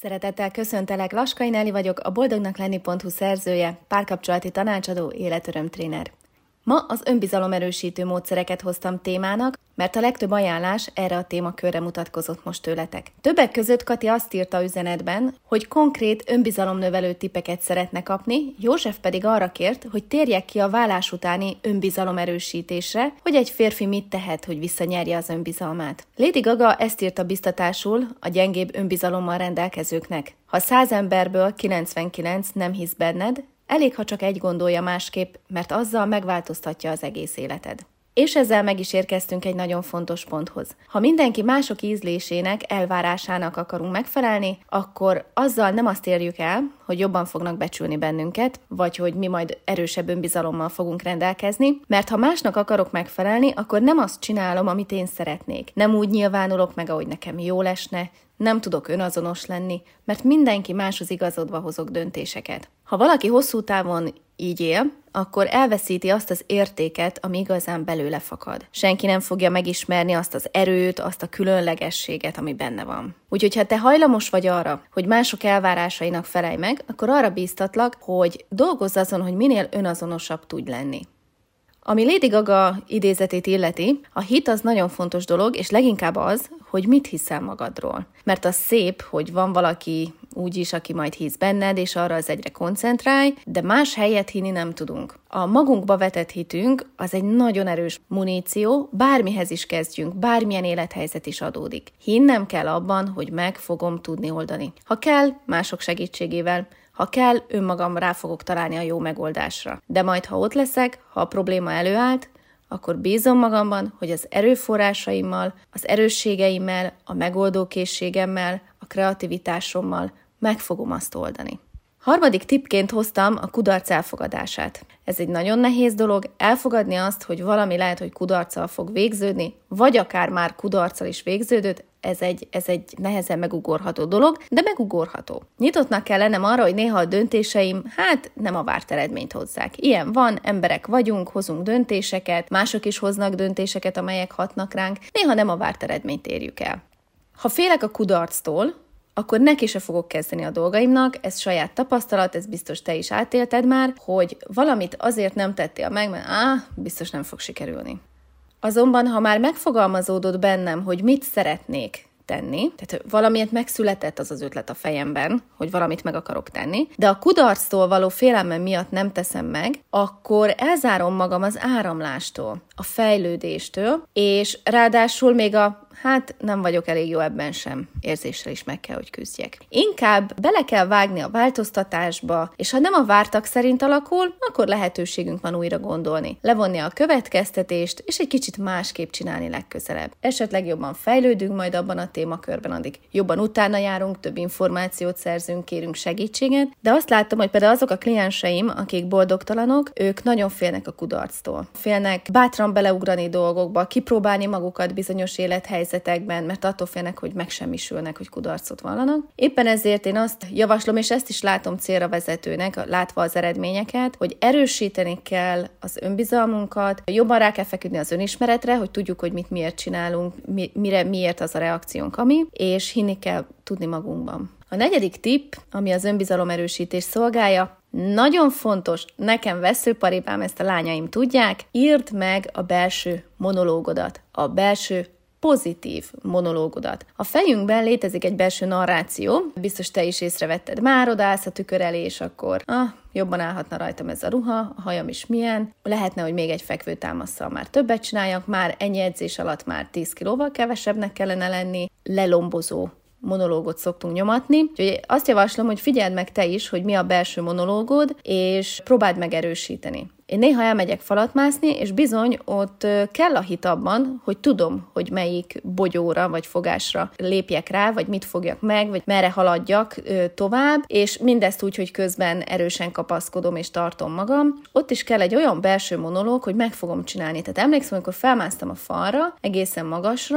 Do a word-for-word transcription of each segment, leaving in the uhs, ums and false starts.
Szeretettel köszöntelek, Laskai Nelly vagyok, a boldognak lenni pont hu szerzője, párkapcsolati tanácsadó, életörömtréner. Ma az önbizalomerősítő módszereket hoztam témának, mert a legtöbb ajánlás erre a témakörre mutatkozott most tőletek. Többek között Kati azt írta üzenetben, hogy konkrét önbizalomnövelő tippeket szeretne kapni, József pedig arra kért, hogy térjek ki a vállás utáni önbizalomerősítésre, hogy egy férfi mit tehet, hogy visszanyerje az önbizalmát. Lady Gaga ezt írta biztatásul a gyengébb önbizalommal rendelkezőknek. Ha száz emberből kilencvenkilenc nem hisz benned, elég, ha csak egy gondolja másképp, mert azzal megváltoztatja az egész életed. És ezzel meg is érkeztünk egy nagyon fontos ponthoz. Ha mindenki mások ízlésének, elvárásának akarunk megfelelni, akkor azzal nem azt érjük el, hogy jobban fognak becsülni bennünket, vagy hogy mi majd erősebb önbizalommal fogunk rendelkezni, mert ha másnak akarok megfelelni, akkor nem azt csinálom, amit én szeretnék. Nem úgy nyilvánulok meg, ahogy nekem jól esne, nem tudok önazonos lenni, mert mindenki máshoz igazodva hozok döntéseket. Ha valaki hosszú távon így él, akkor elveszíti azt az értéket, ami igazán belőle fakad. Senki nem fogja megismerni azt az erőt, azt a különlegességet, ami benne van. Úgyhogy ha te hajlamos vagy arra, hogy mások elvárásainak felelj meg, akkor arra bíztatlak, hogy dolgozz azon, hogy minél önazonosabb tudj lenni. Ami Lady Gaga idézetét illeti, a hit az nagyon fontos dolog, és leginkább az, hogy mit hiszel magadról. Mert az szép, hogy van valaki úgyis, aki majd hisz benned, és arra az egyre koncentrálj, de más helyet hinni nem tudunk. A magunkba vetett hitünk az egy nagyon erős muníció, bármihez is kezdjünk, bármilyen élethelyzet is adódik. Hinnem kell abban, hogy meg fogom tudni oldani. Ha kell, mások segítségével, ha kell, önmagam rá fogok találni a jó megoldásra. De majd, ha ott leszek, ha a probléma előállt, akkor bízom magamban, hogy az erőforrásaimmal, az erősségeimmel, a megoldókészségemmel, a kreativitásommal meg fogom azt oldani. Harmadik tippként hoztam a kudarc elfogadását. Ez egy nagyon nehéz dolog, elfogadni azt, hogy valami lehet, hogy kudarccal fog végződni, vagy akár már kudarccal is végződött, ez egy, ez egy nehezen megugorható dolog, de megugorható. Nyitottnak kell lennem arra, hogy néha a döntéseim, hát nem a várt eredményt hozzák. Ilyen van, emberek vagyunk, hozunk döntéseket, mások is hoznak döntéseket, amelyek hatnak ránk, néha nem a várt eredményt érjük el. Ha félek a kudarctól, akkor neki se fogok kezdeni a dolgaimnak, ez saját tapasztalat, ez biztos te is átélted már, hogy valamit azért nem tettél meg, mert áh, biztos nem fog sikerülni. Azonban, ha már megfogalmazódott bennem, hogy mit szeretnék tenni, tehát valamiért megszületett az az ötlet a fejemben, hogy valamit meg akarok tenni, de a kudarctól való félelmem miatt nem teszem meg, akkor elzárom magam az áramlástól, a fejlődéstől, és ráadásul még a hát nem vagyok elég jó ebben sem, érzéssel is meg kell, hogy küzdjek. Inkább bele kell vágni a változtatásba, és ha nem a vártak szerint alakul, akkor lehetőségünk van újra gondolni, levonni a következtetést, és egy kicsit másképp csinálni legközelebb. Esetleg jobban fejlődünk majd abban a témakörben, addig jobban utána járunk, több információt szerzünk, kérünk segítséget, de azt láttam, hogy például azok a klienseim, akik boldogtalanok, ők nagyon félnek a kudarctól. Félnek bátran beleugrani dolgokba, kipróbálni magukat bizonyos élethelyzetekben, mert attól félnek, hogy megsemmisülnek, hogy kudarcot vallanak. Éppen ezért én azt javaslom, és ezt is látom célra vezetőnek, látva az eredményeket, hogy erősíteni kell az önbizalmunkat, jobban rá kell feküdni az önismeretre, hogy tudjuk, hogy mit miért csinálunk, mi, mire miért az a reakciónk, ami, és hinni kell tudni magunkban. A negyedik tipp, ami az önbizalomerősítés szolgálja, nagyon fontos, nekem vesszőparipám, ezt a lányaim tudják, írd meg a belső monológodat, a belső pozitív monológodat. A fejünkben létezik egy belső narráció, biztos te is észrevetted, már odaállsz a tükör elé, és akkor ah, jobban állhatna rajtam ez a ruha, a hajam is milyen, lehetne, hogy még egy fekvőtámasszal már többet csináljak, már ennyi edzés alatt már tíz kilóval kevesebbnek kellene lenni, lelombozó monológot szoktunk nyomatni. Úgyhogy azt javaslom, hogy figyeld meg te is, hogy mi a belső monológod, és próbáld meg erősíteni. Én néha elmegyek falat mászni, és bizony ott kell a hit abban, hogy tudom, hogy melyik bogyóra vagy fogásra lépjek rá, vagy mit fogjak meg, vagy merre haladjak tovább, és mindezt úgy, hogy közben erősen kapaszkodom és tartom magam. Ott is kell egy olyan belső monológ, hogy meg fogom csinálni. Tehát emlékszem, amikor felmásztam a falra, egészen magasra,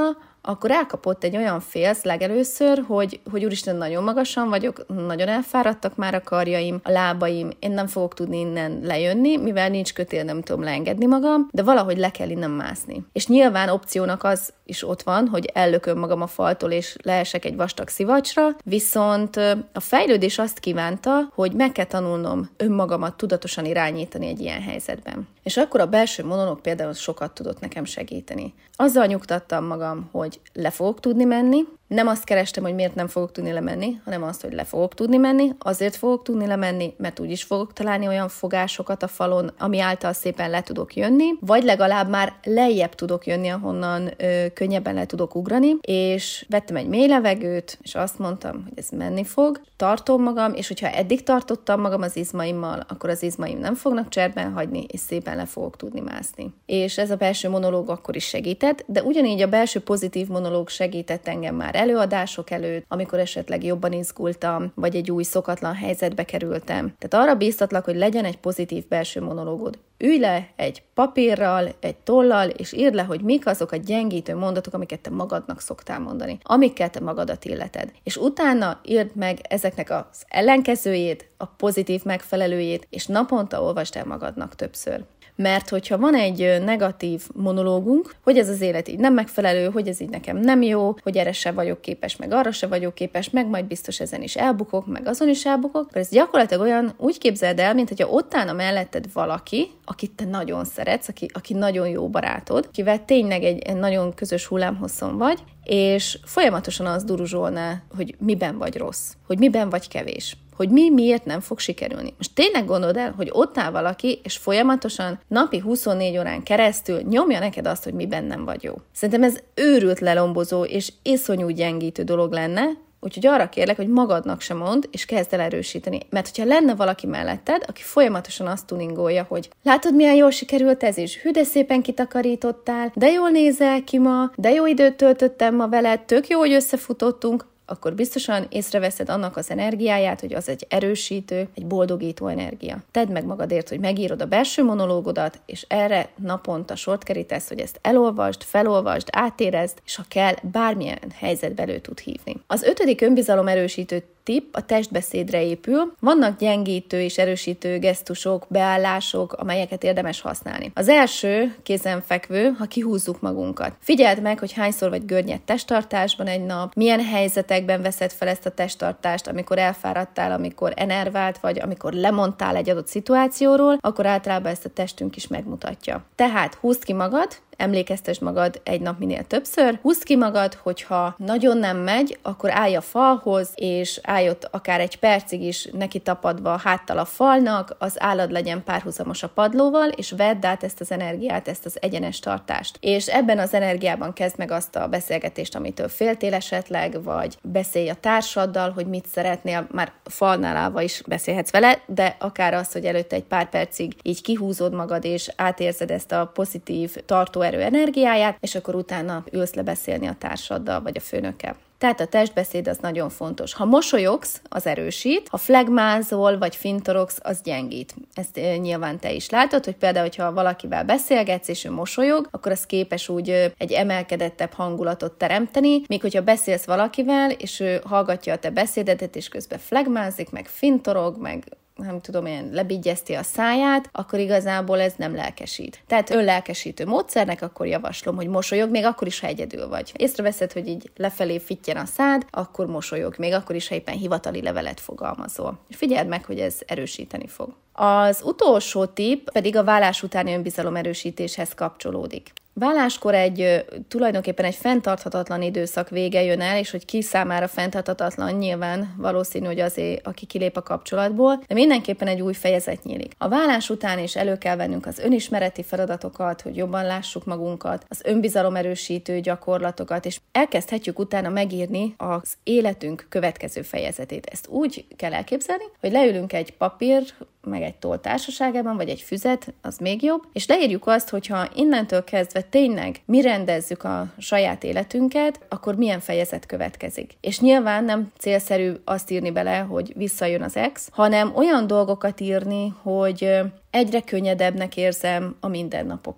akkor elkapott egy olyan félsz legelőször, hogy, hogy úristen, nagyon magasan vagyok, nagyon elfáradtak már a karjaim, a lábaim, én nem fogok tudni innen lejönni, mivel nincs kötél, nem tudom leengedni magam, de valahogy le kell innen mászni. És nyilván opciónak az is ott van, hogy ellököm magam a faltól, és leesek egy vastag szivacsra, viszont a fejlődés azt kívánta, hogy meg kell tanulnom önmagamat tudatosan irányítani egy ilyen helyzetben. És akkor a belső monológ például sokat tudott nekem segíteni. Azzal nyugtattam magam, hogy le fogok tudni menni, nem azt kerestem, hogy miért nem fogok tudni lemenni, hanem azt, hogy le fogok tudni menni, azért fogok tudni lemenni, mert úgyis fogok találni olyan fogásokat a falon, ami által szépen le tudok jönni, vagy legalább már lejjebb tudok jönni, ahonnan ö, könnyebben le tudok ugrani, és vettem egy mély levegőt, és azt mondtam, hogy ez menni fog, tartom magam, és hogyha eddig tartottam magam az izmaimmal, akkor az izmaim nem fognak cserben hagyni, és szépen le fogok tudni mászni. És ez a belső monológ akkor is segített, de ugyanígy a belső pozitív monológ segített engem már előadások előtt, amikor esetleg jobban izgultam, vagy egy új szokatlan helyzetbe kerültem. Tehát arra bíztatlak, hogy legyen egy pozitív belső monológod. Ülj le egy papírral, egy tollal, és írd le, hogy mik azok a gyengítő mondatok, amiket te magadnak szoktál mondani, amikkel te magadat illeted. És utána írd meg ezeknek az ellenkezőjét, a pozitív megfelelőjét, és naponta olvasd el magadnak többször. Mert hogyha van egy negatív monológunk, hogy ez az élet így nem megfelelő, hogy ez így nekem nem jó, hogy erre se vagyok képes, meg arra se vagyok képes, meg majd biztos ezen is elbukok, meg azon is elbukok, akkor ez gyakorlatilag olyan, úgy képzeld el, mint hogyha ott állna melletted valaki, akit te nagyon szeretsz, aki, aki nagyon jó barátod, akivel tényleg egy, egy nagyon közös hullámhosszon vagy, és folyamatosan az duruzsolná, hogy miben vagy rossz, hogy miben vagy kevés, hogy mi miért nem fog sikerülni. Most tényleg gondold el, hogy ott áll valaki, és folyamatosan napi huszonnégy órán keresztül nyomja neked azt, hogy miben nem vagy jó. Szerintem ez őrült lelombozó és iszonyú gyengítő dolog lenne, úgyhogy arra kérlek, hogy magadnak sem mondd, és kezd el erősíteni. Mert hogyha lenne valaki melletted, aki folyamatosan azt tuningolja, hogy látod, milyen jól sikerült ez is, hű, de szépen kitakarítottál, de jól nézel ki ma, de jó időt töltöttem ma veled, tök jó, hogy összefutottunk, akkor biztosan észreveszed annak az energiáját, hogy az egy erősítő, egy boldogító energia. Tedd meg magadért, hogy megírod a belső monológodat, és erre naponta sort kerítesz, hogy ezt elolvasd, felolvasd, átérezd, és ha kell, bármilyen helyzetbe elő tud hívni. Az ötödik önbizalom erősítő tipp a testbeszédre épül. Vannak gyengítő és erősítő gesztusok, beállások, amelyeket érdemes használni. Az első kézenfekvő, ha kihúzzuk magunkat. Figyeld meg, hogy hányszor vagy görnyed testtartásban egy nap, milyen helyzetekben veszed fel ezt a testtartást, amikor elfáradtál, amikor enervált vagy, amikor lemondtál egy adott szituációról, akkor általában ezt a testünk is megmutatja. Tehát húzd ki magad, emlékeztesd magad egy nap minél többször, húzd ki magad, hogyha nagyon nem megy, akkor állj a falhoz, és állj ott akár egy percig is neki tapadva háttal a falnak, az állad legyen párhuzamos a padlóval, és vedd át ezt az energiát, ezt az egyenes tartást. És ebben az energiában kezd meg azt a beszélgetést, amitől féltél esetleg, vagy beszélj a társaddal, hogy mit szeretnél, már falnál állva is beszélhetsz vele, de akár az, hogy előtte egy pár percig így kihúzod magad, és átérzed ezt a pozitív tartó erő energiáját, és akkor utána ülsz le beszélni a társaddal, vagy a főnökkel. Tehát a testbeszéd az nagyon fontos. Ha mosolyogsz, az erősít, ha flegmázol, vagy fintorogsz, az gyengít. Ezt e, nyilván te is látod, hogy például, hogyha valakivel beszélgetsz, és ő mosolyog, akkor az képes úgy e, egy emelkedettebb hangulatot teremteni, míg hogyha beszélsz valakivel, és ő hallgatja a te beszédedet, és közben flegmázik, meg fintorog, meg nem tudom, ilyen lebigyezti a száját, akkor igazából ez nem lelkesít. Tehát önlelkesítő módszernek akkor javaslom, hogy mosolyog, még akkor is, ha egyedül vagy. Észreveszed, hogy így lefelé fittyen a szád, akkor mosolyog, még akkor is, ha éppen hivatali levelet fogalmazol. És figyeld meg, hogy ez erősíteni fog. Az utolsó tipp pedig a vállás utáni önbizalom erősítéshez kapcsolódik. Váláskor egy tulajdonképpen egy fenntarthatatlan időszak vége jön el, és hogy ki számára fenntarthatatlan, nyilván valószínű, hogy azért, aki kilép a kapcsolatból, de mindenképpen egy új fejezet nyílik. A válás után is elő kell vennünk az önismereti feladatokat, hogy jobban lássuk magunkat, az önbizalom erősítő gyakorlatokat, és elkezdhetjük utána megírni az életünk következő fejezetét. Ezt úgy kell elképzelni, hogy leülünk egy papír, meg egy toll társaságában, vagy egy füzet, az még jobb, és leírjuk azt, hogyha innentől kezdve tényleg mi rendezzük a saját életünket, akkor milyen fejezet következik. És nyilván nem célszerű azt írni bele, hogy visszajön az ex, hanem olyan dolgokat írni, hogy egyre könnyedebbnek érzem a mindennapokat.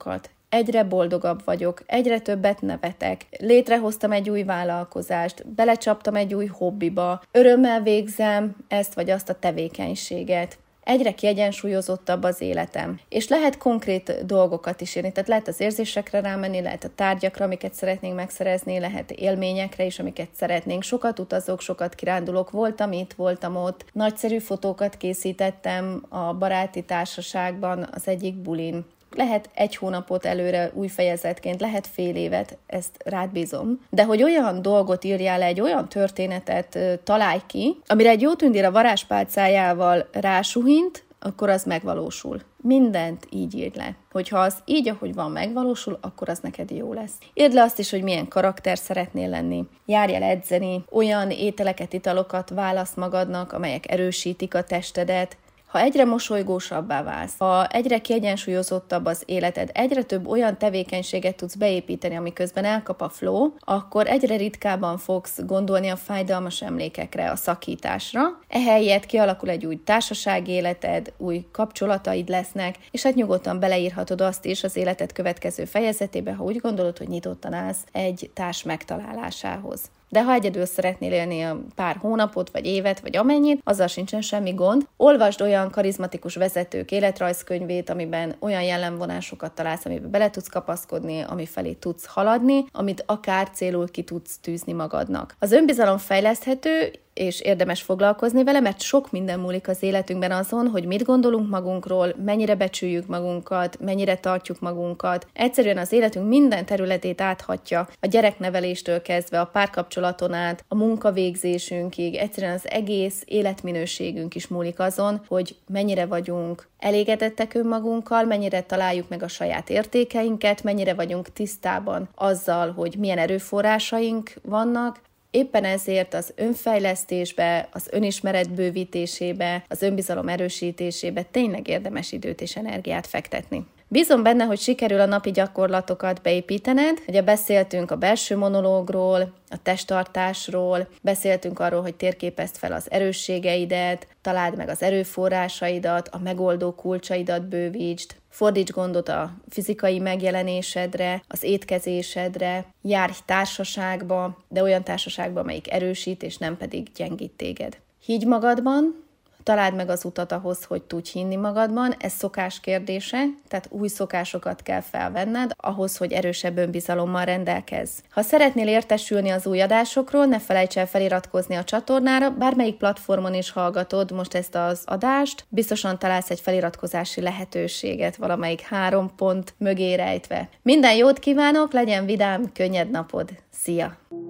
egyre boldogabb vagyok, egyre többet nevetek, létrehoztam egy új vállalkozást, belecsaptam egy új hobbiba, örömmel végzem ezt vagy azt a tevékenységet. Egyre kiegyensúlyozottabb az életem. És lehet konkrét dolgokat is írni, tehát lehet az érzésekre rámenni, lehet a tárgyakra, amiket szeretnénk megszerezni, lehet élményekre is, amiket szeretnénk. Sokat utazok, sokat kirándulok, voltam itt, voltam ott. Nagyszerű fotókat készítettem a baráti társaságban az egyik bulin. Lehet egy hónapot előre új fejezetként, lehet fél évet, ezt rád bízom. De hogy olyan dolgot írjál le, egy olyan történetet uh, találj ki, amire egy jó tündér a varázspálcájával rásuhint, akkor az megvalósul. Mindent így írd le. Hogyha az így, ahogy van, megvalósul, akkor az neked jó lesz. Írd le azt is, hogy milyen karakter szeretnél lenni. Járj el edzeni, olyan ételeket, italokat válasz magadnak, amelyek erősítik a testedet. Ha egyre mosolygósabbá válsz, ha egyre kiegyensúlyozottabb az életed, egyre több olyan tevékenységet tudsz beépíteni, ami közben elkap a flow, akkor egyre ritkábban fogsz gondolni a fájdalmas emlékekre, a szakításra. Ehelyett kialakul egy új társasági életed, új kapcsolataid lesznek, és hát nyugodtan beleírhatod azt is az életed következő fejezetébe, ha úgy gondolod, hogy nyitottan állsz egy társ megtalálásához. De ha egyedül szeretnél élni a pár hónapot, vagy évet, vagy amennyit, azzal sincsen semmi gond. Olvasd olyan karizmatikus vezetők életrajzkönyvét, amiben olyan jellemvonásokat találsz, amiben bele tudsz kapaszkodni, ami felé tudsz haladni, amit akár célul ki tudsz tűzni magadnak. Az önbizalom fejleszthető, és érdemes foglalkozni vele, mert sok minden múlik az életünkben azon, hogy mit gondolunk magunkról, mennyire becsüljük magunkat, mennyire tartjuk magunkat. Egyszerűen az életünk minden területét áthatja, a gyerekneveléstől kezdve, a párkapcsolaton át, a munkavégzésünkig, egyszerűen az egész életminőségünk is múlik azon, hogy mennyire vagyunk elégedettek önmagunkkal, mennyire találjuk meg a saját értékeinket, mennyire vagyunk tisztában azzal, hogy milyen erőforrásaink vannak. Éppen ezért az önfejlesztésbe, az önismeret bővítésébe, az önbizalom erősítésébe tényleg érdemes időt és energiát fektetni. Bízom benne, hogy sikerül a napi gyakorlatokat beépítened. Ugye beszéltünk a belső monológról, a testtartásról, beszéltünk arról, hogy térképezd fel az erősségeidet, találd meg az erőforrásaidat, a megoldó kulcsaidat bővítsd, fordíts gondot a fizikai megjelenésedre, az étkezésedre, járj társaságba, de olyan társaságba, amelyik erősít, és nem pedig gyengít téged. Higgy magadban, találd meg az utat ahhoz, hogy tudj hinni magadban, ez szokás kérdése, tehát új szokásokat kell felvenned ahhoz, hogy erősebb önbizalommal rendelkezz. Ha szeretnél értesülni az új adásokról, ne felejts el feliratkozni a csatornára, bármelyik platformon is hallgatod most ezt az adást, biztosan találsz egy feliratkozási lehetőséget valamelyik három pont mögé rejtve. Minden jót kívánok, legyen vidám, könnyed napod! Szia!